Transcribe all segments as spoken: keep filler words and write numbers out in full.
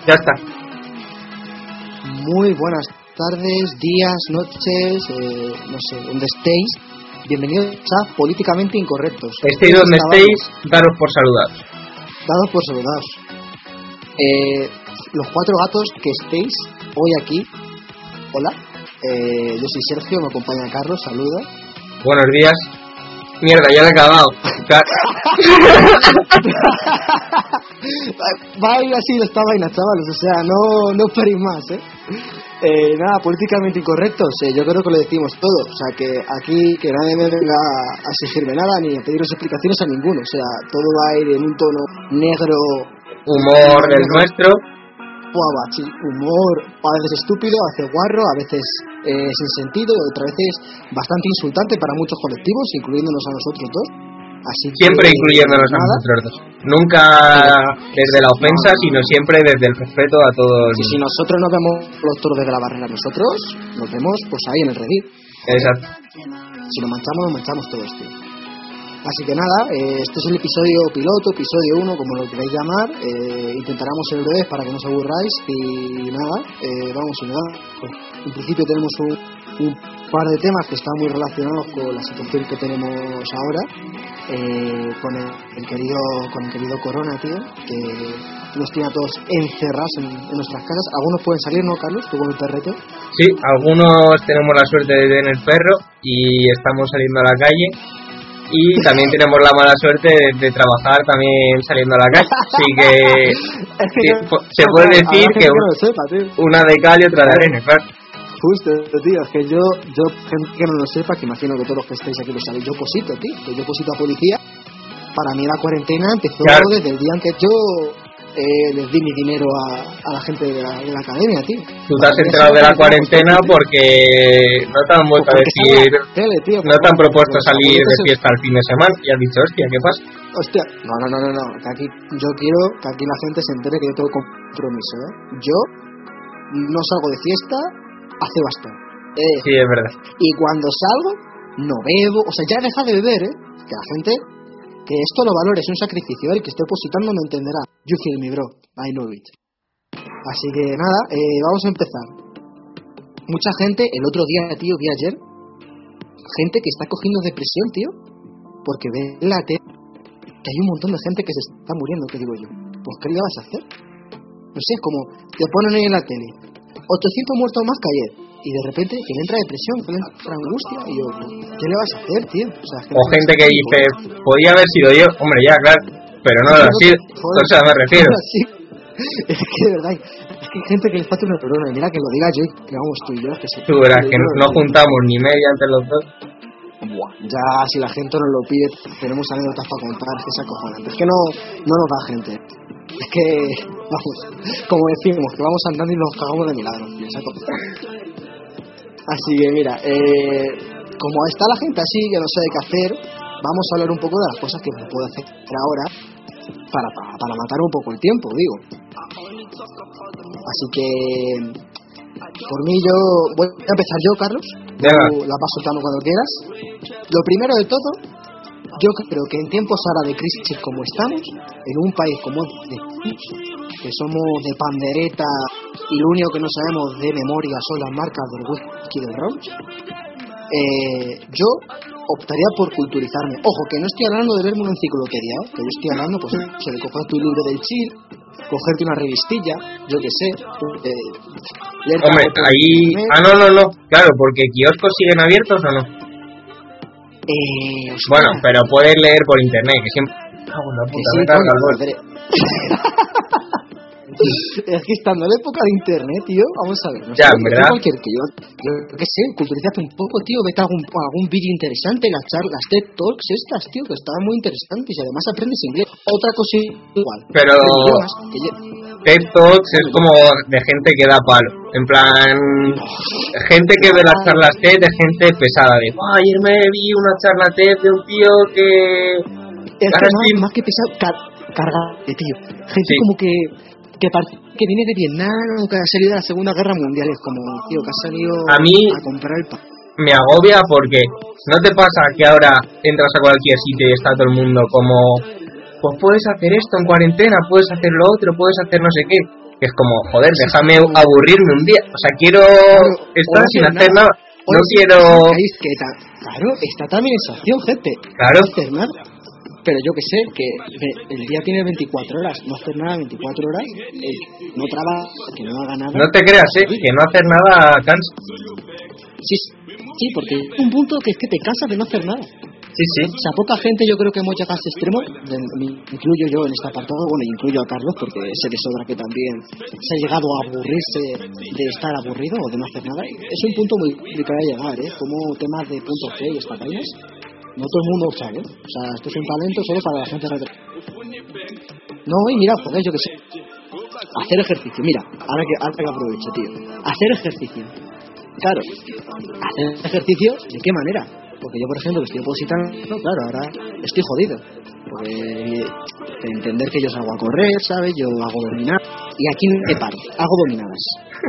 Ya está. Muy buenas tardes, días, noches, eh, no sé, donde estéis. Bienvenidos a Políticamente Incorrectos. Estéis donde estéis, daros por saludados. Dados por saludados. Eh, los cuatro gatos que estéis hoy aquí. Hola, eh, yo soy Sergio, me acompaña Carlos, saluda. Buenos días. Mierda, ya lo he acabado. Va a ir así esta vaina, chavales, o sea, no, no esperéis más, ¿eh? Eh, nada, políticamente incorrectos, eh, yo creo que lo decimos todo, o sea, que aquí que nadie me venga a exigirme nada ni a pediros explicaciones a ninguno, o sea, todo va a ir en un tono negro, humor del negro, nuestro, guava, sí, humor, a veces estúpido, a veces guarro, a veces eh, sin sentido, otras veces bastante insultante para muchos colectivos, incluyéndonos a nosotros dos. Así que, siempre incluyéndonos a nosotros dos. Nunca desde la ofensa, no, sino siempre desde el respeto a todos. Si, si nosotros nos vemos los toros desde la barrera, nosotros nos vemos pues ahí en el redil. Exacto. Si nos manchamos, nos manchamos todos, tío. Así que nada, eh, este es el episodio piloto, episodio uno, como lo queráis llamar. Eh, intentaremos ser breves para que no os aburráis. Y nada, eh, vamos a nada. Pues, en principio tenemos un, un par de temas que están muy relacionados con la situación que tenemos ahora. Eh, con el, el querido con el querido Corona, tío, que nos tiene a todos encerrados en, en nuestras casas. Algunos pueden salir, ¿no, Carlos? ¿Tú con el perrete? Sí, algunos tenemos la suerte de tener perro y estamos saliendo a la calle. Y también tenemos la mala suerte de, de trabajar también saliendo a la calle. Así que, es que sí, yo, se yo, puede decir que, que un, no sepa, una de cal y otra de arena, claro. Justo, tío, es que yo, yo, gente que no lo sepa, que imagino que todos los que estáis aquí lo sabéis, yo posito, tío, que yo posito a policía. Para mí la cuarentena empezó claro. desde el día en que yo eh, les di mi dinero a, a la gente de la, de la academia, tío. Tú te has enterado de la cuarentena porque no te han vuelto a decir, tele, tío, no te han propuesto salir de fiesta el fin de semana y has dicho, hostia, ¿qué pasa? Hostia, no, no, no, no, no, que aquí yo quiero que aquí la gente se entere que yo tengo compromiso, ¿eh? Yo no salgo de fiesta hace bastante. Eh, sí, es verdad. Y cuando salgo, no bebo, o sea, ya deja de beber, ¿eh? Que la gente, que esto lo valore, es un sacrificio, ¿eh? El que esté positando me entenderá. You feel me, bro, I know it. Así que nada, eh, vamos a empezar. Mucha gente, el otro día, tío, vi ayer, gente que está cogiendo depresión, tío, porque ve en la tele que hay un montón de gente que se está muriendo, ¿qué digo yo? Pues, ¿qué le vas a hacer? No sé, es como, te ponen ahí en la tele ochocientos muertos más que ayer, y de repente que le entra depresión, que le entra angustia, y yo, ¿qué le vas a hacer, tío? O, sea, o gente que dice, podía haber sido yo, hombre, ya, claro, pero no lo ha sido, o sea, me refiero. Es que de verdad, es que hay gente que les falta una neurona, y mira que lo diga yo, que vamos tú y yo, que sí. Tú verás que no, no juntamos ni media entre los dos. Buah, ya si la gente nos lo pide, tenemos anécdotas para contar, que es acojonante. Es que no, no nos da gente. Es que, vamos, como decimos, que vamos andando y nos cagamos de milagro. Así que mira, eh, como está la gente así, que no sabe qué hacer, vamos a hablar un poco de las cosas que se puede hacer ahora para, para, para matar un poco el tiempo, digo. Así que, por mí yo, voy a empezar yo, Carlos. Tú la vas soltando cuando quieras. Lo primero de todo, yo creo que en tiempos ahora de crisis como estamos, en un país como este, que somos de pandereta y lo único que no sabemos de memoria son las marcas del whisky y del ron, eh, yo optaría por culturizarme. Ojo, que no estoy hablando de verme una enciclopedia, ¿eh? Que yo estoy hablando, pues, de coger tu libro del chill, cogerte una revistilla, yo que sé. Eh, Hombre, ahí... Ah, no, no, no, claro, porque kioscos siguen abiertos o no. Eh, bueno, pero puedes leer por internet, que siempre... Ah, bueno, puta, sí, me carga el bol. Es que estando en la época de internet, tío, vamos a ver. No ya, sé, en verdad. Cualquier, que yo, yo qué sé, culturízate un poco, tío, vete a algún, algún vídeo interesante, las charlas, TED Talks estas, tío, que estaban muy interesantes y además aprendes inglés. Otra cosa igual. Pero... Que yo... TED Talks es como de gente que da palo. En plan, gente que ve las charlas TED de gente pesada. De, oh, ayer me vi una charla TED de un tío que... Es que más, más que pesado, car cargado de tío. Gente sí. como que... Que, que viene de Vietnam o que ha salido de la Segunda Guerra Mundial. Es como, tío, que ha salido a, mí a comprar el pan. Me agobia porque ¿no te pasa que ahora entras a cualquier sitio y está todo el mundo como... Pues puedes hacer esto en cuarentena, puedes hacer lo otro, puedes hacer no sé qué. Que es como, joder, déjame aburrirme un día. O sea, quiero estar sin hacer nada. No quiero... Que ta- claro, está también esa opción, gente. Claro. No hacer nada. Pero yo que sé, que el día tiene veinticuatro horas. No hacer nada veinticuatro horas. Eh, no trabaja, que no haga nada. No te creas, ¿eh? Que no hacer nada cansa. Sí, sí, porque es un punto que es que te cansas de no hacer nada. Sí, sí. O sea, poca gente yo creo que hemos llegado a ese extremo, de, me incluyo yo en este apartado, bueno, incluyo a Carlos porque sé de sobra que también se ha llegado a aburrirse de estar aburrido o de no hacer nada. Es un punto muy complicado de llegar, ¿eh? Como temas de puntos G y estas vainas, no todo el mundo sabe, ¿eh? O sea, esto es un talento solo para la gente retro. No, y mira, joder, yo que sé, hacer ejercicio, mira, ahora que, ahora que aprovecho, tío, hacer ejercicio. Claro, hacer ejercicio, ¿de qué manera? Porque yo, por ejemplo, que estoy opositando, claro, ahora estoy jodido. Porque de entender que yo salgo a correr, ¿sabes? Yo hago dominadas. Y aquí no me paro, hago dominadas.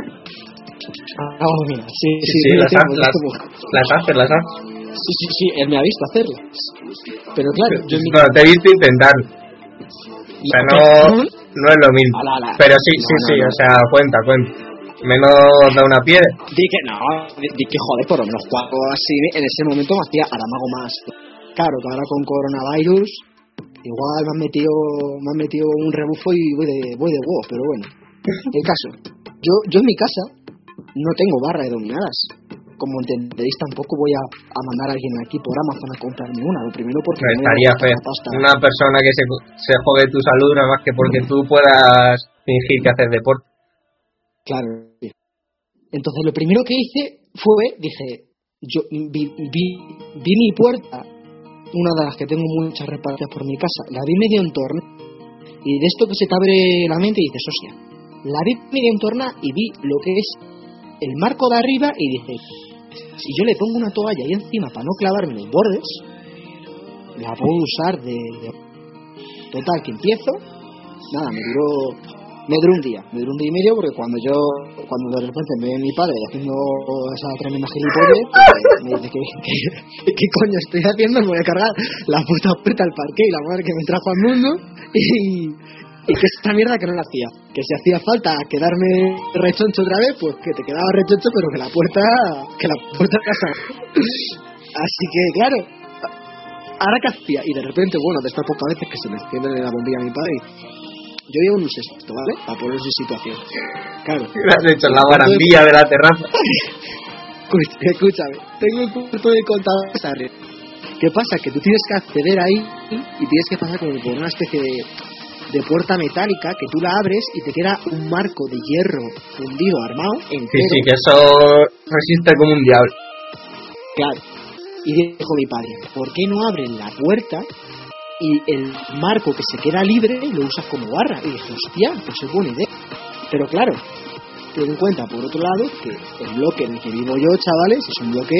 Hago dominadas, sí, sí, sí, sí las, tengo, ha, las, como... las haces, las haces. Sí, sí, sí, él me ha visto hacerlas. Pero claro, yo en mi... Bueno, te he visto intentarlo. O sea, no, no es lo mismo. Ala, ala. Pero sí, No, sí, no, sí, no. o sea, cuenta, cuenta. Menos da una piedra. Di que no, di, di que joder, por lo menos cuatro así en ese momento me hacía, ahora me hago más. Claro, que ahora con coronavirus igual me han metido me han metido un rebufo y voy de voy de huevos, pero bueno. El caso, yo yo en mi casa no tengo barra de dominadas. Como entenderéis, tampoco voy a, a mandar a alguien aquí por Amazon a comprarme una. Lo primero porque No, no estaría feo. Una persona que se, se jode tu salud nada más que porque tú puedas fingir que haces deporte. Claro. Entonces lo primero que hice fue, dije, yo vi, vi, vi mi puerta, una de las que tengo muchas repartidas por mi casa, la vi medio en torno, y de esto que se te abre la mente y dices, hostia, la vi medio en torno y vi lo que es el marco de arriba y dije, si yo le pongo una toalla ahí encima para no clavarme los bordes, la puedo usar de, de... Total, que empiezo, nada, me duró... Me duró un día, me duró un día y medio porque cuando yo, cuando de repente me ve mi padre haciendo esa tremenda gilipollez, pues me dice que, que, ¿qué coño estoy haciendo? Me voy a cargar la puta puerta al parque y la madre que me trajo al mundo y, y que esta mierda que no la hacía. Que si hacía falta quedarme rechoncho otra vez, pues que te quedaba rechoncho pero que la puerta, que la puerta casa. Así que claro, ahora qué hacía y de repente, bueno, de estas pocas veces que se me enciende la bombilla a mi padre, yo llevo un sexto, ¿vale? Para ponerse en situación. Claro. Le has hecho la barandilla de la terraza. Escúchame, tengo un punto de contadores arriba. ¿Qué pasa? Que tú tienes que acceder ahí y tienes que pasar como por una especie de, de puerta metálica que tú la abres y te queda un marco de hierro fundido, armado, entero. Sí, sí, que eso resiste como un diablo. Claro. Y dijo mi padre, ¿por qué no abren la puerta y el marco que se queda libre lo usas como barra? Y dije, hostia, pues es buena idea. Pero claro, ten en cuenta por otro lado que el bloque en el que vivo yo, chavales, es un bloque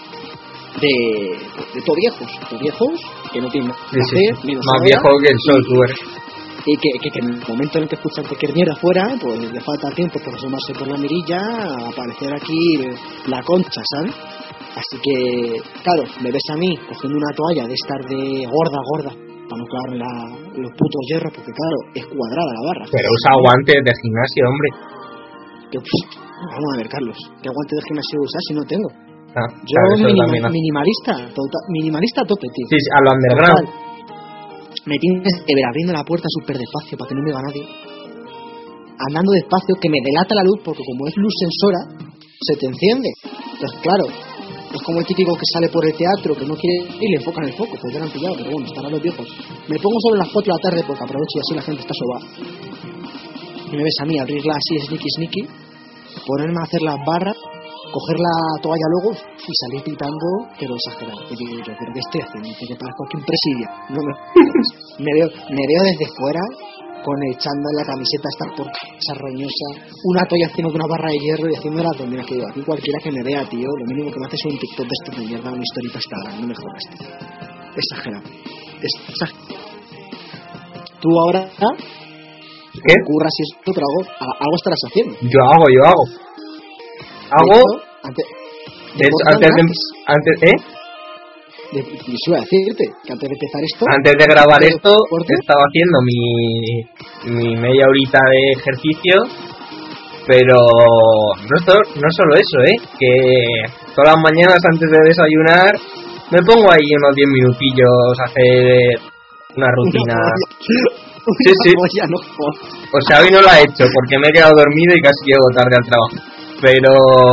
de, de todo viejos, todo viejos que no tienen nada que Sí, sí. hacer, menos Más ahora, viejo que el sol, tú eres. y que, que, que en el momento en el que escuchan cualquier mierda afuera, pues le falta tiempo por asomarse por la mirilla a aparecer aquí la concha, ¿sabes? Así que, claro, me ves a mí cogiendo una toalla de estar de gorda, gorda, para no clavarme la, los putos hierros, porque claro, es cuadrada la barra. Pero usa guantes de gimnasio, hombre. Que, pues, vamos a ver, Carlos, ¿qué guante de gimnasio usas si no tengo? Ah, Yo claro, eso minima, también, ¿no? minimalista, tota, minimalista a tope, tío. Sí, sí, a lo underground. Total, me tienes que ver abriendo la puerta súper despacio para que no me vea nadie. Andando despacio, que me delata la luz, porque como es luz sensora, se te enciende. Entonces, claro, es como el típico que sale por el teatro, que no quiere ir y le enfocan el foco, pues ya lo han pillado, pero bueno, estarán los viejos. Me pongo sobre las cuatro de la tarde porque aprovecho y así la gente está sobada. Y me ves a mí abrirla así, sneaky sneaky, ponerme a hacer las barras, coger la toalla luego y salir pitando, pero exagerado. Que digo yo, ¿pero qué estoy haciendo? Que parezco aquí un presidio. No me... me veo me veo desde fuera con el chándal, la camiseta esta por esa roñosa, una toalla encima de una barra de hierro y haciendo las dominas. Que digo, aquí cualquiera que me vea, tío, lo mínimo que me hace es un TikTok de esto de mierda, una historita Instagram, no me jodas, tío. Exagerado. Es exagerado. Tú ahora, ¿Qué? curras y esto, pero algo, algo estarás haciendo. Yo hago, yo hago. Hago... De hecho, antes, De hecho, antes de... Antes, ¿eh? de, yo iba a decirte que antes de empezar esto... Antes de grabar ¿de esto, deporte? estaba haciendo mi, mi media horita de ejercicio, pero no, to- no solo eso, ¿eh? Que todas las mañanas antes de desayunar me pongo ahí unos diez minutillos a hacer una rutina. Sí, sí. Ya no jodas. O sea, hoy no la he hecho porque me he quedado dormido y casi llego tarde al trabajo. Pero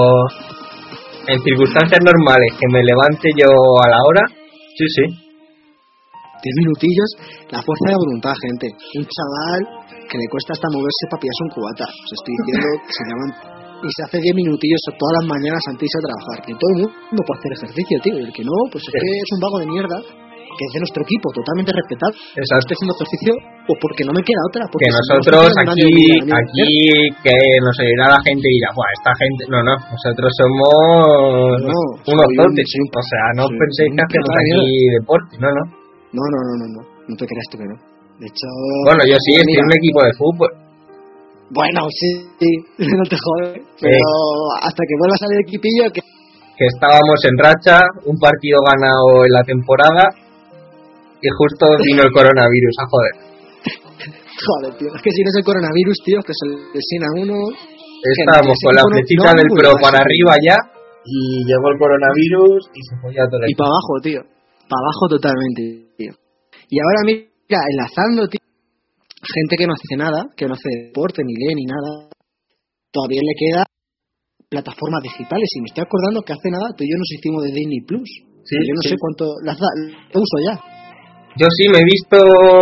en circunstancias normales, que me levante yo a la hora, sí, sí. Diez minutillos, la fuerza de voluntad, gente. Un chaval que le cuesta hasta moverse para pillarse un cubata. Os estoy diciendo que se llaman... Y se hace diez minutillos todas las mañanas antes de irse a trabajar. Que todo el mundo puede hacer ejercicio, tío. Y el que no, pues es que es un vago de mierda. Que es de nuestro equipo, totalmente respetable. Exacto. Estoy haciendo ejercicio pues porque no me queda otra. Porque Que si no, nosotros estoy aquí, andando de aquí, que nos oirá la gente y dirá, buah, esta gente... No, no, nosotros somos No, unos soy un- totes. soy un- O sea, no soy penséis un que hacemos puta aquí deporte, no, no. No, no, no, no, no. No te creas tú que no. De hecho... Bueno, yo sí, estoy mira, en un equipo de fútbol. Bueno, sí, sí, no te jodes. Pero hasta que vuelvas al equipillo que... Que estábamos en racha, un partido ganado en la temporada y justo vino el coronavirus, a joder. Joder, tío. Es que si no es el coronavirus, tío, que se lesiona uno... Estábamos ese con la equipo no- flechita no del ningún pro lugar, para sí. arriba ya y llegó el coronavirus y se fue ya todo el Y para abajo, tío. Para abajo totalmente, tío. Y ahora mira, enlazando, tío, gente que no hace nada, que no hace deporte, ni lee, ni nada, todavía le queda plataformas digitales. Y me estoy acordando que hace nada tú y yo nos hicimos de Disney Plus. Sí, yo no sí. sé cuánto las da, lo uso ya. Yo sí me he visto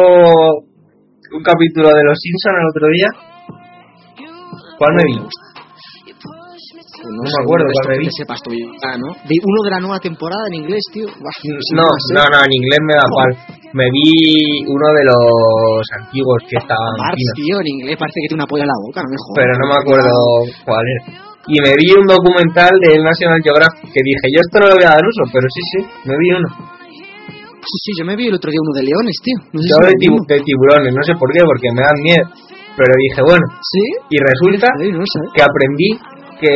un capítulo de Los Simpson el otro día. ¿Cuál me vi? Pues No me sé, acuerdo uno de cuál estos me que vi. te sepas tú ya, ¿no? De uno de la nueva temporada en inglés, tío. Buah, sin No, más, ¿eh? no, no, en inglés me da igual. Me vi uno de los antiguos que estaban Marx, finos, tío, en inglés parece que tiene una polla en la boca, no me jodas. pero no me acuerdo cuál era. Y me vi un documental de National Geographic que dije, yo esto no lo voy a dar uso, pero sí, sí, me vi uno. Sí, sí, yo me vi el otro día uno de leones, tío. No sé Yo si de, lo tibu- mismo. de tiburones, no sé por qué, porque me dan miedo. Pero dije, bueno, ¿Sí? y resulta Ay, no sé. que aprendí que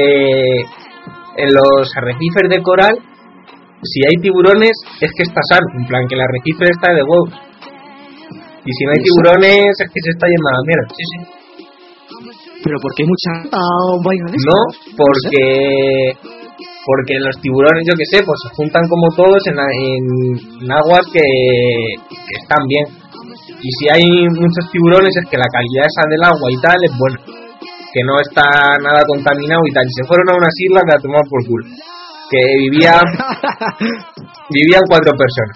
en los arrecifes de coral, si hay tiburones, es que está sano. En plan, que el arrecife está de huevos. Y si no hay ¿Y eso? tiburones, es que se está yendo a la mierda. Sí, sí. Pero ¿por qué mucha ah, vaina de No, estas? porque porque los tiburones, yo que sé, pues se juntan como todos en, en, en aguas que, que están bien. Y si hay muchos tiburones es que la calidad esa del agua y tal es buena. Que no está nada contaminado y tal. Y se fueron a unas islas a tomar por culo. Que vivía, vivían cuatro personas.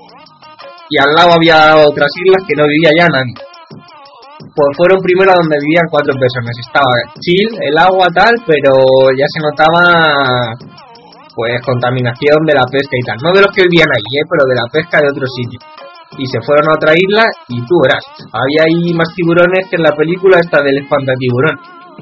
Y al lado había otras islas que no vivía ya nadie. Pues fueron primero a donde vivían cuatro personas. Estaba chill, el agua tal, pero ya se notaba pues contaminación de la pesca y tal. No de los que vivían allí, ¿eh? Pero de la pesca de otros sitios. Y se fueron a otra isla y tú verás, había ahí más tiburones que en la película esta del espantatiburón.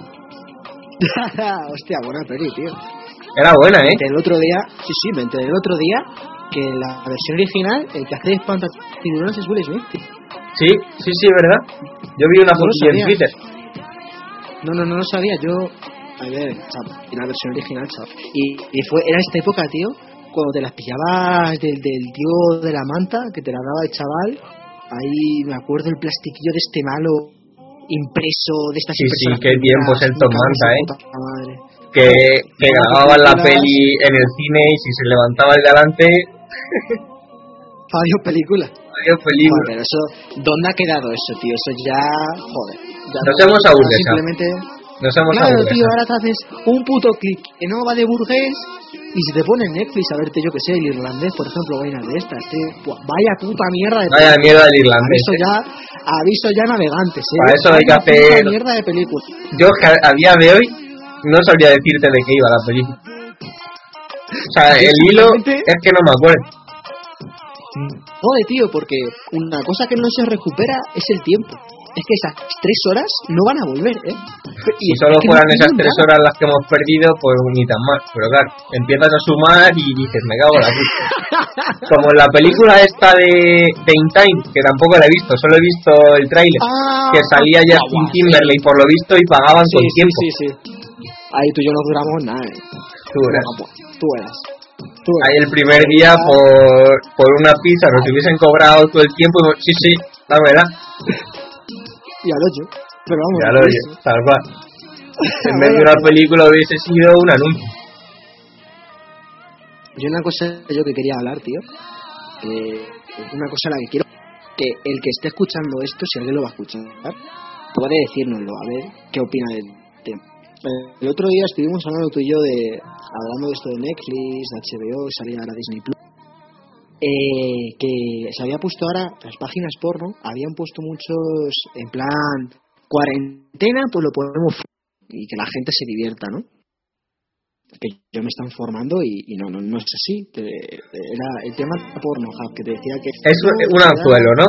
Hostia, buena peli, tío. Era buena, ¿eh? El otro día, sí, sí, me enteré el otro día que la versión original, el que hace de espantatiburones es Will Smith, tío. Sí, sí, sí, ¿verdad? Yo vi una No lo fotilla en sabía. Twitter. No, no, no lo sabía. Yo, a ver, chaval, y la versión original, chaval. Y, y fue, era esta época, tío, cuando te las pillabas del, del tío de la manta, que te la daba el chaval. Ahí me acuerdo el plastiquillo de este malo impreso de estas Sí, sí, impresoras qué primeras, tiempos el me Tom cago en Manta, su ¿eh? puta madre. Que, que Todas las grababan la películas- peli en el cine y si se levantaba el de delante, Adiós, película. había Joder, película. pero eso, ¿dónde ha quedado eso, tío? Eso ya, joder. Ya Nos no- hemos aburguesado. Simplemente... Nos hemos Claro, aburrido. tío, ahora te haces un puto clic que no va de burgués y si te pones Netflix a verte, yo que sé, el irlandés, por ejemplo, vainas de estas, tío, buah, vaya puta mierda de Vaya película. mierda del irlandés. Aviso ¿eh? ya, aviso ya navegantes, eh. Para eso hay que Vaya puta hacer- mierda de película. Yo que a, a día de hoy no sabría decirte de qué iba la película. O sea, Yo el hilo simplemente- es que no me acuerdo. Joder, tío, porque una cosa que no se recupera es el tiempo. Es que esas tres horas no van a volver, ¿eh? Si Y es solo que fueran no esas tienen tres nada. horas las que hemos perdido, pues ni tan mal. Pero claro, empiezas a sumar y dices, me cago en la puta. Como en la película esta de, de In Time, que tampoco la he visto, solo he visto el tráiler, Ah, que salía Justin guau, Timberlake por lo visto y pagaban sí, con sí, tiempo. sí, sí. Ahí tú y yo no duramos nada, ¿eh? Tú verás. Bueno, pues, tú verás. ahí el primer día por, por una pizza nos hubiesen cobrado todo el tiempo. Sí, sí, la verdad. Y al ocho. Pero vamos. Y al ocho, tal cual. En vez de una película hubiese sido un anuncio. Yo una cosa yo que quería hablar, tío. Eh, una cosa a la que quiero que el que esté escuchando esto, si alguien lo va a escuchar, puede decírnoslo, a ver qué opina del tema. El otro día estuvimos hablando tú y yo de hablando de esto de Netflix, de H B O, salía ahora Disney Plus, eh, que se había puesto ahora las páginas porno, habían puesto muchos en plan cuarentena, pues lo ponemos y que la gente se divierta, ¿no? Que yo me están formando y, y no, no no es así. Era el tema de porno, que te decía que es un, un anzuelo, ¿no?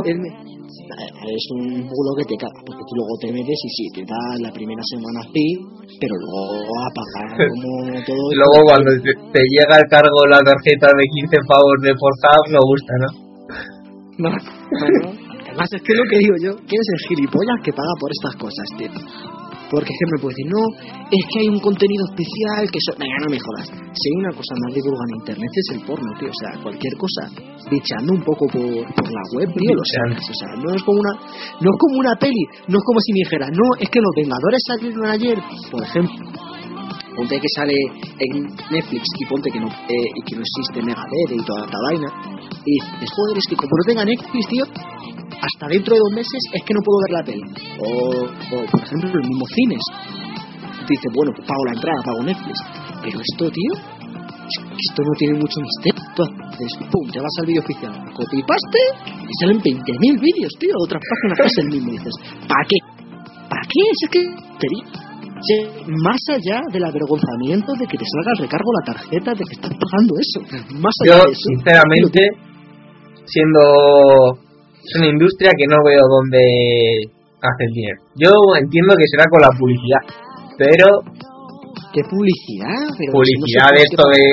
Es un bulo que te caga, porque tú luego te metes y sí, te da la primera semana así, pero luego apagar como todo. Luego cuando te, te llega el cargo la tarjeta de quince pavos de Pornhub, no gusta, ¿no? No, bueno, además es que lo que digo yo, ¿quién es el gilipollas que paga por estas cosas, tío? Porque es que me puede decir, no, es que hay un contenido especial que eso... Venga, no me jodas. Si hay una cosa más divulgada en internet es el porno, tío. O sea, cualquier cosa, bichando un poco por, por la web, tío, lo sabes. O sea, no es como una no es como una peli, no es como si me dijera, no, es que los Vengadores salieron ayer, por ejemplo. Ponte que sale en Netflix y ponte que no eh, y que no existe Megadeth y toda esta vaina. Y dices, joder, es que como no tenga Netflix, tío, hasta dentro de dos meses es que no puedo ver la peli. O, o por ejemplo, los mismos cines. Dice, bueno, pues pago la entrada, pago Netflix. Pero esto, tío, esto no tiene mucho misterio. Entonces, pum, te vas al vídeo oficial, copy y paste, y salen veinte mil vídeos, tío, de otras páginas que es el mismo. Y dices, ¿para qué? ¿Para qué? Es que tontería. O sea, más allá del avergonzamiento de que te salga el recargo la tarjeta de que estás pagando eso. Más allá Yo, de eso. sinceramente, siendo... es una industria que no veo dónde hace el dinero. Yo entiendo que será con la publicidad, pero... ¿Qué publicidad? Pero publicidad si no de esto de...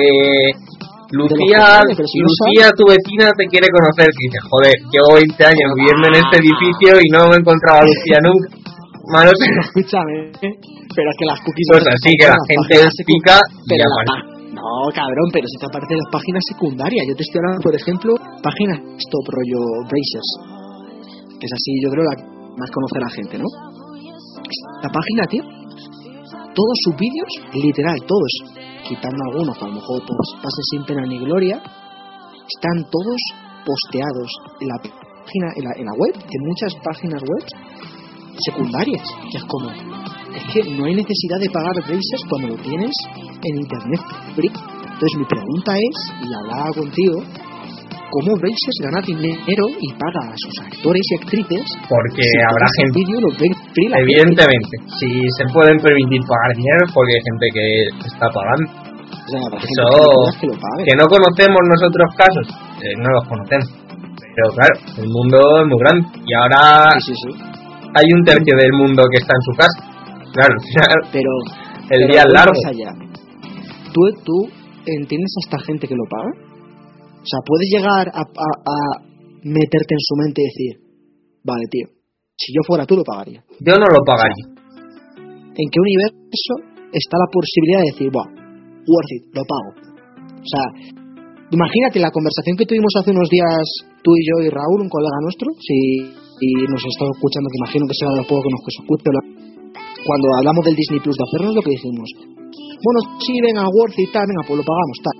Lucía, de si Lucía, no tu vecina te quiere conocer. Y dice, joder, llevo veinte años viviendo en este edificio y no me he encontrado a Lucía nunca. Manos... Escúchame, pero es que las cookies... Pues así que la gente pica y ya la... No, cabrón, pero si esta parte de las páginas secundarias. Yo te estoy hablando, por ejemplo, páginas stop rollo Brazers, que es así, yo creo la más conoce la gente, ¿no? La página, tío, todos sus vídeos, literal, todos, quitando algunos que a lo mejor pues, pasen sin pena ni gloria, están todos posteados en la página, en la, en la web, en muchas páginas web secundarias, que es como... Es que no hay necesidad de pagar Brazers cuando lo tienes en internet free. Entonces mi pregunta es, y hablaba contigo, ¿cómo Brazers gana dinero y paga a sus actores y actrices? Porque si habrá gente... Video lo ven free la evidentemente, gente. si se pueden permitir pagar dinero porque hay gente que está pagando. O sea, habrá Eso gente que, lo pague. Que no conocemos nosotros casos, eh, no los conocemos. Pero claro, el mundo es muy grande y ahora sí, sí, sí. hay un tercio del mundo que está en su casa. Claro, pero el pero día es largo. Allá. ¿Tú, ¿Tú entiendes a esta gente que lo paga? O sea, puedes llegar a, a, a meterte en su mente y decir, vale, tío, si yo fuera tú lo pagaría. Yo no lo pagaría. O sea, ¿en qué universo está la posibilidad de decir, buah, worth it, lo pago? O sea, imagínate la conversación que tuvimos hace unos días tú y yo y Raúl, un colega nuestro, si y nos está escuchando, que imagino que será de los pocos que nos escucha, cuando hablamos del Disney Plus, de hacernos lo que dijimos, bueno, sí, venga, worth it, tal, venga, pues lo pagamos, tal.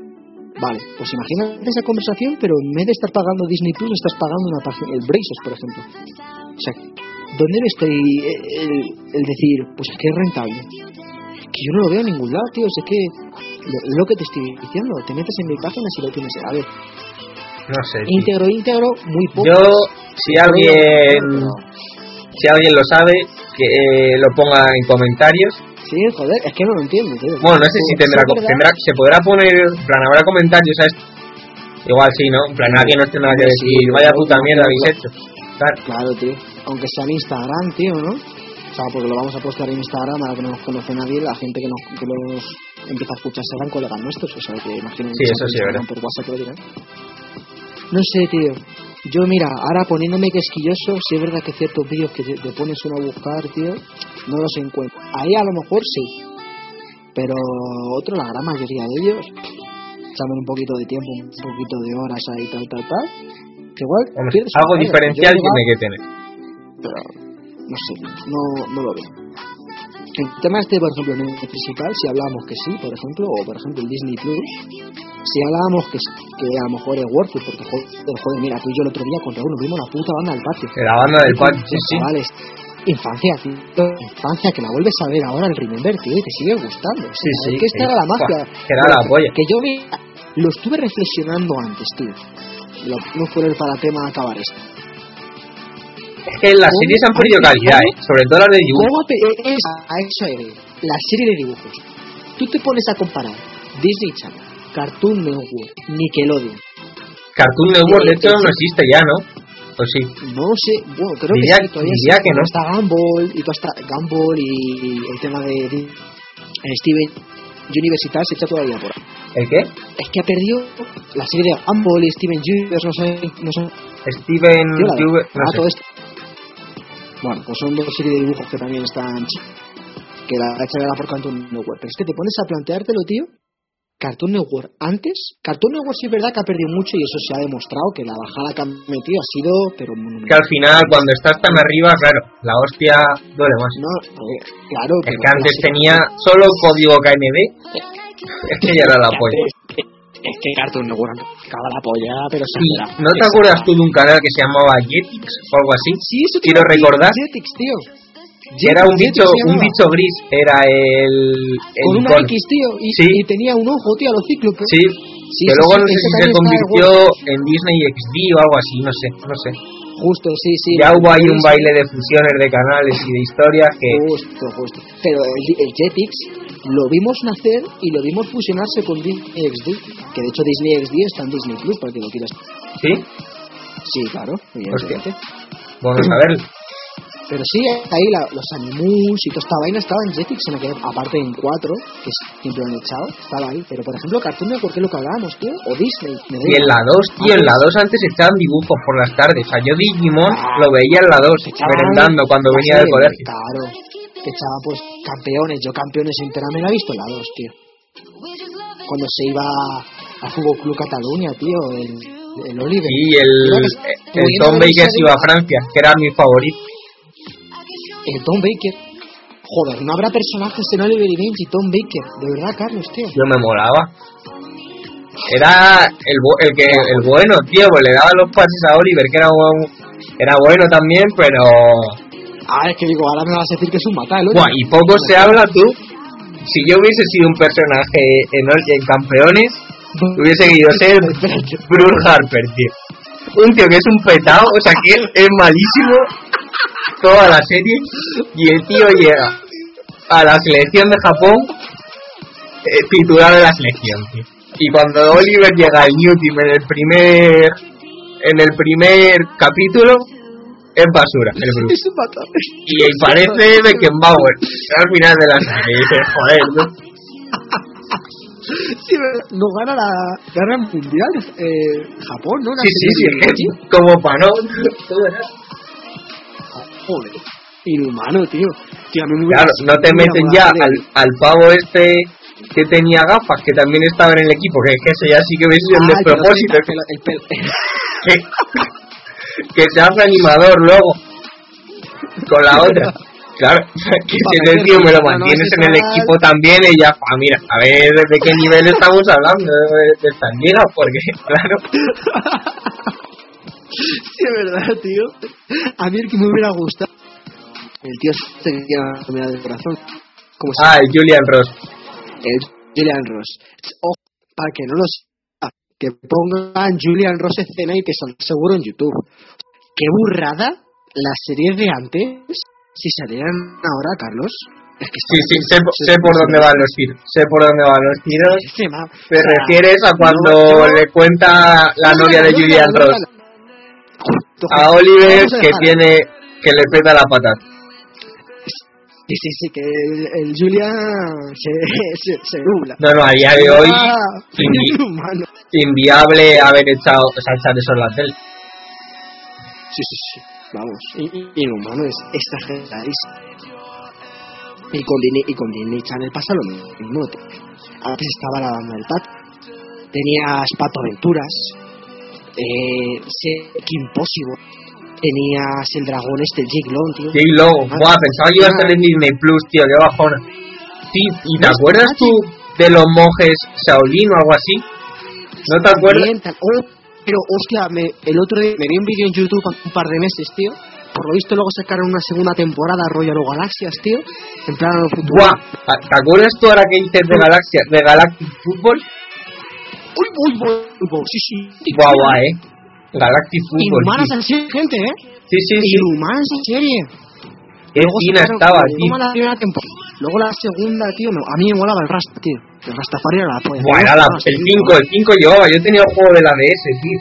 Vale, pues imagínate esa conversación, pero en vez de estar pagando Disney Plus, estás pagando una página, el Brazers, por ejemplo. O sea, ¿dónde ves que el, el decir, pues es que es rentable? Que yo no lo veo en ningún lado, tío, es que lo, lo que te estoy diciendo, te metes en mi página si lo tienes, a ver. No sé. Íntegro, tío. íntegro, muy poco. Yo, si alguien, si alguien lo sabe, que eh, lo ponga en comentarios. Sí, joder, es que no lo entiendo, tío. Bueno, no sé si tendrá, tendrá, se podrá poner, en plan, habrá comentarios a esto. Igual sí, ¿no? En plan, nadie nos tendrá que decir, sí, vaya puta mierda habéis hecho. Claro. Claro, tío. Aunque sea en Instagram, tío, ¿no? O sea, porque lo vamos a postar en Instagram, ahora que no nos conoce nadie, la gente que nos, que los empieza a escuchar serán colegas nuestros, o sea, que imagino sí, que eso sí, verdad. por WhatsApp lo dirán. No sé, tío. Yo, mira, ahora poniéndome quisquilloso, sí es verdad que ciertos vídeos que te, te pones uno a buscar, tío, no los encuentro. Ahí a lo mejor sí, pero otro, la gran mayoría de ellos, echarme un poquito de tiempo, un poquito de horas ahí, tal, tal, tal. Que igual, Hombre, algo diferencial tiene que tener. Pero, no sé, no, no lo veo. El tema este, por ejemplo, en el principal, si hablábamos que sí, por ejemplo, o por ejemplo el Disney Plus, si hablábamos que, que a lo mejor es worth it, porque joder, joder, mira, tú y yo el otro día con Raúl nos vimos la puta banda del patio. La banda del patio, sí, sí. Chavales, infancia, tío, infancia, que la vuelves a ver ahora en Remember, tío, y te sigue gustando. O sea, Sí, sí. Es que esta era la magia. Que era la polla. Que yo mira, lo estuve reflexionando antes, tío. Lo, no fue el para tema acabar esto. Es que las series han perdido calidad, ¿eh? Sobre todo las de dibujos. ¿Cómo te, es, a eso es, la serie de dibujos. Tú te pones a comparar Disney Channel, Cartoon Network, Nickelodeon. Cartoon Network, de hecho, no existe ya, ¿no? Pues sí. No sé, bueno, creo diría, que sí, todavía diría sí, que no. Está Gumball y todo está Gumball y, y el tema de, de eh, Steven Universe y tal se echa todavía por ahí. ¿El qué? Es que ha perdido la serie de Gumball y Steven Universe, no sé, no sé. Steven Universe, no ah, sé. Todo esto. Bueno, pues son dos series de dibujos que también están que la H B O por Cartoon Network. Pero es que te pones a planteártelo, tío. Cartoon Network antes, Cartoon Network sí es verdad que ha perdido mucho y eso se ha demostrado que la bajada que han metido ha sido, pero que al final cuando estás tan arriba, claro, la hostia duele más. No, eh, claro. Es que antes tenía solo código K M D. Es que ya era la polla. Es que Cartoon Network acaba la polla, pero sí, ¿no te acuerdas tú de un canal que se llamaba Jetix o algo así? Sí, eso quiero recordar. Jetix, tío. Jetix, era un bicho, un bicho gris, era el, el con una X, tío, y, sí. y tenía un ojo, tío, a los cíclopes. Sí, sí, que sí, luego sí, no sé si se convirtió en Disney X D o algo así, no sé, no sé. Justo, sí, sí. Ya hubo ahí un baile de fusiones de canales y de historias que... Justo, justo. Pero el, el Jetix lo vimos nacer y lo vimos fusionarse con Disney X D, que de hecho Disney X D está en Disney Plus, para que lo quieras. ¿Sí? Sí, claro, evidentemente. Bueno, a ver. Pero sí, ahí la, los Animus y toda esta vaina estaba en Jetix, en la que, aparte en cuatro, que siempre lo han echado, estaba ahí. Pero por ejemplo, Cartoon Network, ¿qué es lo que hablábamos, tío? O Disney. Y en la dos, tío, en la dos antes echaban dibujos por las tardes. O sea, yo Digimon ah, lo veía en la dos, merendando cuando venía del colegio. Claro, que echaba pues campeones. Yo campeones entera me la he visto en la dos, tío. Cuando se iba a Fútbol Club Cataluña, tío, el, el Oliver. Sí, el, el, el Tom Baker se iba a Francia, que era mi favorito. El Tom Baker. Joder, no habrá personajes en Oliver y Benji y Tom Baker. De verdad, Carlos, tío. Yo me molaba. Era el, el que el bueno, tío, pues le daba los pases a Oliver, que era un, era bueno también, pero... Ah, es que digo, ahora me vas a decir que es un mata el otro. Buah, y poco se habla, tú. Si yo hubiese sido un personaje en, en Campeones, hubiese querido ser Bruce Harper, tío. Un tío que es un petado, o sea, que es malísimo toda la serie, y el tío llega a la selección de Japón eh, titular de la selección, tío. Y cuando Oliver llega al New Team en el primer en el primer capítulo, es basura el Bruce. Y parece Beckenbauer al final de la serie. Y dices, joder, ¿no? Sí, no gana la gana el mundial eh, Japón, ¿no? La sí, sí, sí, sí, como para no. Joder, inhumano, tío. tío a mí me claro, no te meten ya al, al pavo este que tenía gafas, que también estaba en el equipo, que es que eso ya sí que ves ah, un despropósito. El pelo, el pelo. que, que se hace animador luego con la otra. Claro, que si el tío me lo mantienes en el equipo también, y ya, ah, mira, a ver de qué nivel estamos hablando de, de estas ligas, porque, claro. Sí, es verdad, tío. A mí el que me hubiera gustado, el tío se queda enfermedad del corazón. ¿Cómo se llama? Ah, el Julian Ross. El Julian Ross. Ojo, para que no lo sepa, que pongan Julian Ross escena y te sale seguro en YouTube. Qué burrada las series de antes. Si salieran ahora, Carlos, es que sí, sí, sé, sé por dónde van los tiros, sé por dónde van los tiros. Sí, ma, te o sea, refieres a cuando no, yo, le cuenta la no, novia de Julian no, Ross no, no, a Oliver que tiene que le peta la patata. Sí, sí, sí, que el, el Julian se, se, se nubla. No, no, a día de hoy invi- inviable haber echado, o sea, echar eso en la tele. Sí, sí, sí. Vamos, inhumano es exageradísimo. Y con Disney, y con Disney Channel pasa lo mismo. Antes estaba la banda del patio, tenías Pato Aventuras, eh, Kim Possible, tenías el dragón este, Jake Long, tío. Jake Long, ah, buah, pensaba que iba a estar en Disney Plus, tío, qué bajona. Sí, ¿y te acuerdas tú de los monjes Shaolin o algo así? ¿No te acuerdas? Bien, oh, pero, hostia, me, el otro día me vi un vídeo en YouTube hace un par de meses, tío. Por lo visto luego sacaron una segunda temporada Royal o Galaxias, tío. En plan a lo futuro. Buah, ¿te acuerdas tú ahora que dices de Galaxia, de Galactic Football? Uy, uy, uy, uy, sí, sí. Guau, guau, eh. Galactic Football. Inhumanas sí. en serie, gente, eh. Sí, sí, sí. Inhumanas en serie. Qué fina estaba, tío. La primera temporada. Luego la segunda, tío, me, a mí me molaba el Rasta, tío. El Rastafari era la polla. Buah, era la, el cinco, el cinco llevaba. Yo tenía el juego de la D S, tío.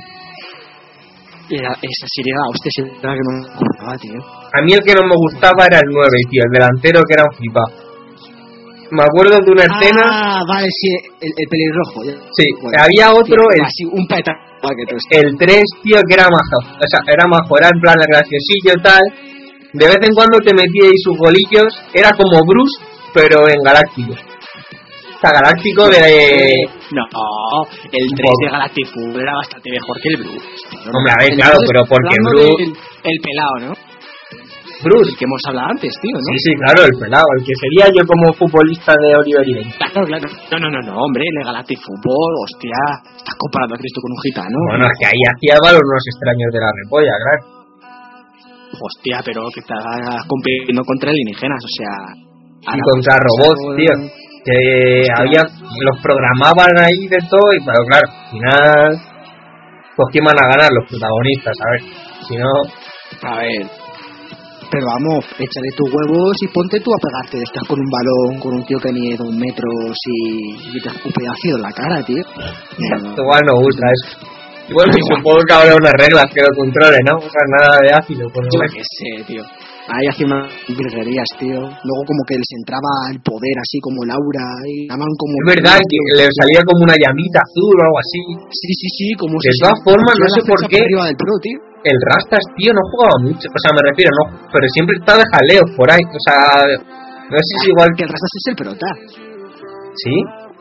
Era, esa serie era, hostia, era que no me gustaba, tío. A mí el que no me gustaba era el nueve, tío, el delantero que era un flipado. Me acuerdo de una escena... Ah, vale, sí, el, el pelirrojo. Ya. Sí, bueno, había otro, tío, el, así, un peta, que tú el tres, tío, que era majo. O sea, era majo, era en plan graciosillo tal. De vez en cuando te metía ahí sus golillos. Era como Bruce, pero en galáctico. O sea, galáctico de... No, el tres de Galactic Football era bastante mejor que el Bruce. No, hombre, a ver, claro, pero porque Bruce... El, el pelado, ¿no? Bruce. El que hemos hablado antes, tío, ¿no? Sí, sí, claro, el pelado, el que sería yo como futbolista de Oliver y Benji. Claro, claro. No, no, no, no, hombre, el Galactic Football, hostia, estás comparando a Cristo con un gitano. Bueno, es que ahí hacía valor unos extraños de la repolla, claro. Hostia, pero que estás compitiendo contra alienígenas, o sea... Y contra robots, con... tío. Que hostia. Había, los programaban ahí de todo, y pero claro, al final, pues quién van a ganar los protagonistas, a ver, si no... A ver, pero vamos, échale tus huevos y ponte tú a pegarte, estás con un balón, con un tío que mide dos metros y, y te escupe ácido en la cara, tío. No. Igual no gusta eso. Igual sí, supongo que habrá unas reglas que lo controlen, ¿no? O sea, nada de ácido. Por yo qué sé, tío. Ahí hacía unas virguerías, tío. Luego como que les entraba el poder así como Laura y llamaban como... Es verdad, que le salía como una llamita azul o algo así. Sí, sí, sí, como de si... De todas formas, no sé por qué... Del pro, tío. El Rastas, tío, no jugaba mucho. O sea, me refiero, no... Pero siempre está de jaleo por ahí. O sea, no sé si es igual... Que el Rastas es el prota. ¿Sí?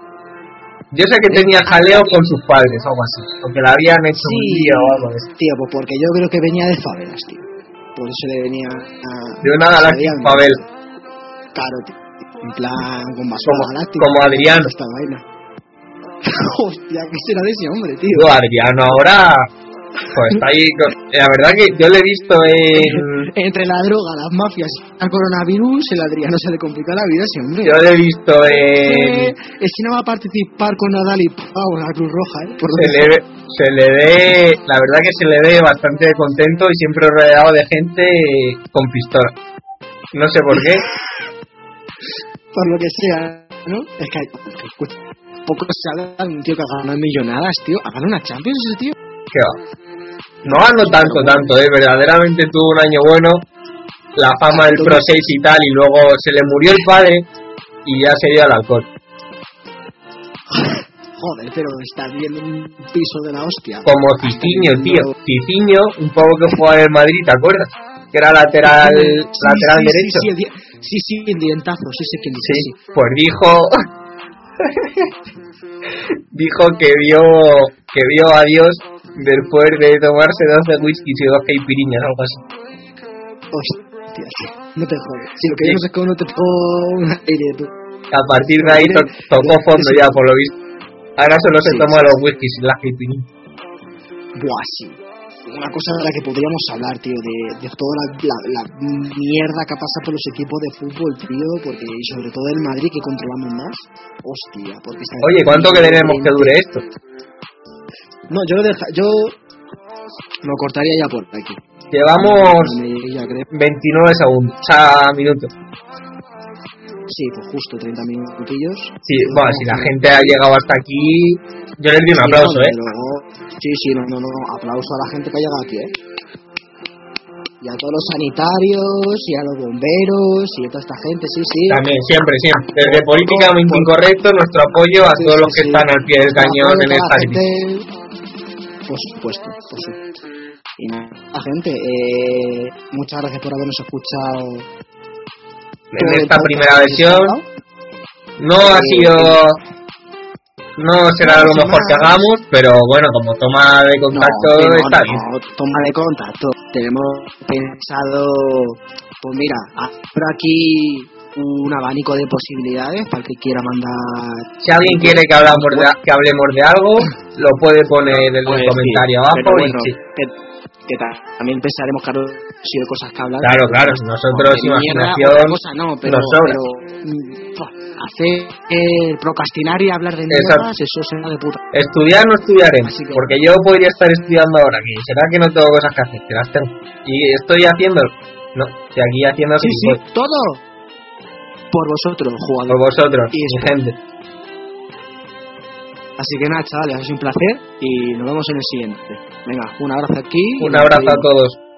Yo sé que tenía jaleo con sus padres o algo así. Porque le habían hecho sí, un día o algo así. Tío, pues porque yo creo que venía de favelas, tío. Por eso le venía a... De una Galactic favela. Claro, tío. En plan, con basura galáctica. Como Adriano. Esta vaina. Hostia, ¿qué será de ese hombre, tío? Yo, Adriano ahora... Pues está ahí... La verdad que yo lo he visto en... Entre la droga, las mafias, el coronavirus, el Adriano se le complica la vida a ese hombre. Yo lo he visto en... Eh, es que no va a participar con Nadal y Pau en la Cruz Roja, ¿eh? Por se, le ve, se le ve... La verdad que se le ve bastante contento y siempre rodeado de gente con pistola. No sé por qué. Por lo que sea, ¿no? Es que hay... Escucha, poco se habla de un tío que ha ganado millonadas, tío. ¿Ha ganado una Champions ese tío? ¿Qué va? No ganó tanto, tanto, eh. Verdaderamente tuvo un año bueno, la fama del Pro seis y tal, y luego se le murió el padre y ya se dio al alcohol. Joder, pero estás viendo un piso de la hostia. Como Cicinho, tío. Cicinho, un poco que jugaba en el Madrid, ¿te acuerdas? Que era lateral, sí, lateral sí, derecho. Sí, sí, sí, sí, el dientazo, sí sé quién dice. Sí, sí, pues dijo... dijo que vio que vio a Dios después de tomarse doce whiskies y dos caipiriñas, algo así. Hostia, no te jodes. Si lo que yo no sé es cómo no te pongo una aire, tú. A partir de ahí to tocó fondo ya, por lo visto. Ahora solo se sí, toma sí, los whiskies y las caipiriñas. Buah, sí. Una cosa de la que podríamos hablar, tío, de, de toda la, la, la mierda que pasa por los equipos de fútbol, tío, porque y sobre todo el Madrid que controlamos más. Hostia, porque está... Oye, ¿cuánto que tenemos que dure esto? No, yo lo deja, yo lo cortaría ya por aquí. Llevamos ya veintinueve segundos, o sea, minutos. Sí, pues justo treinta minutillos. Sí, bueno, si la gente ha llegado hasta aquí, yo les doy un aplauso, sí, no, ¿eh? Pero, sí, sí, no, no, no, aplauso a la gente que ha llegado aquí, ¿eh? Y a todos los sanitarios, y a los bomberos, y a toda esta gente, sí, sí. También, siempre, siempre. Desde Políticamente Incorrecto, nuestro apoyo a sí, todos sí, los que sí. están al pie del cañón en esta crisis. Por supuesto, por supuesto. Y nada, gente, eh, muchas gracias por habernos escuchado. En esta primera versión no ha sido No será lo mejor que hagamos, pero bueno, como toma de contacto no, no, está no, bien. Toma de contacto. Tenemos pensado, pues mira, por aquí un abanico de posibilidades para el que quiera mandar. Si alguien quiere que hablamos de, que hablemos de algo, lo puede poner en pues el comentario sí, abajo. bueno, Y sí. que, que también pensaremos, claro, si hay cosas que hablar. Claro, claro, nosotros de imaginación mierda, cosa no, pero, nos sobra. pero mm, hacer eh, procrastinar y hablar de mierdas, eso será de puta. Estudiar no estudiaremos, Que... porque yo podría estar estudiando ahora, que será que no tengo cosas que hacer, que las tengo. Y estoy haciéndolo. No, estoy aquí haciendo sí, sí, todo por vosotros, jugadores. Por vosotros, y mi gente. Así que nada, chavales, ha sido un placer y nos vemos en el siguiente. Venga, un abrazo aquí. Un abrazo a todos.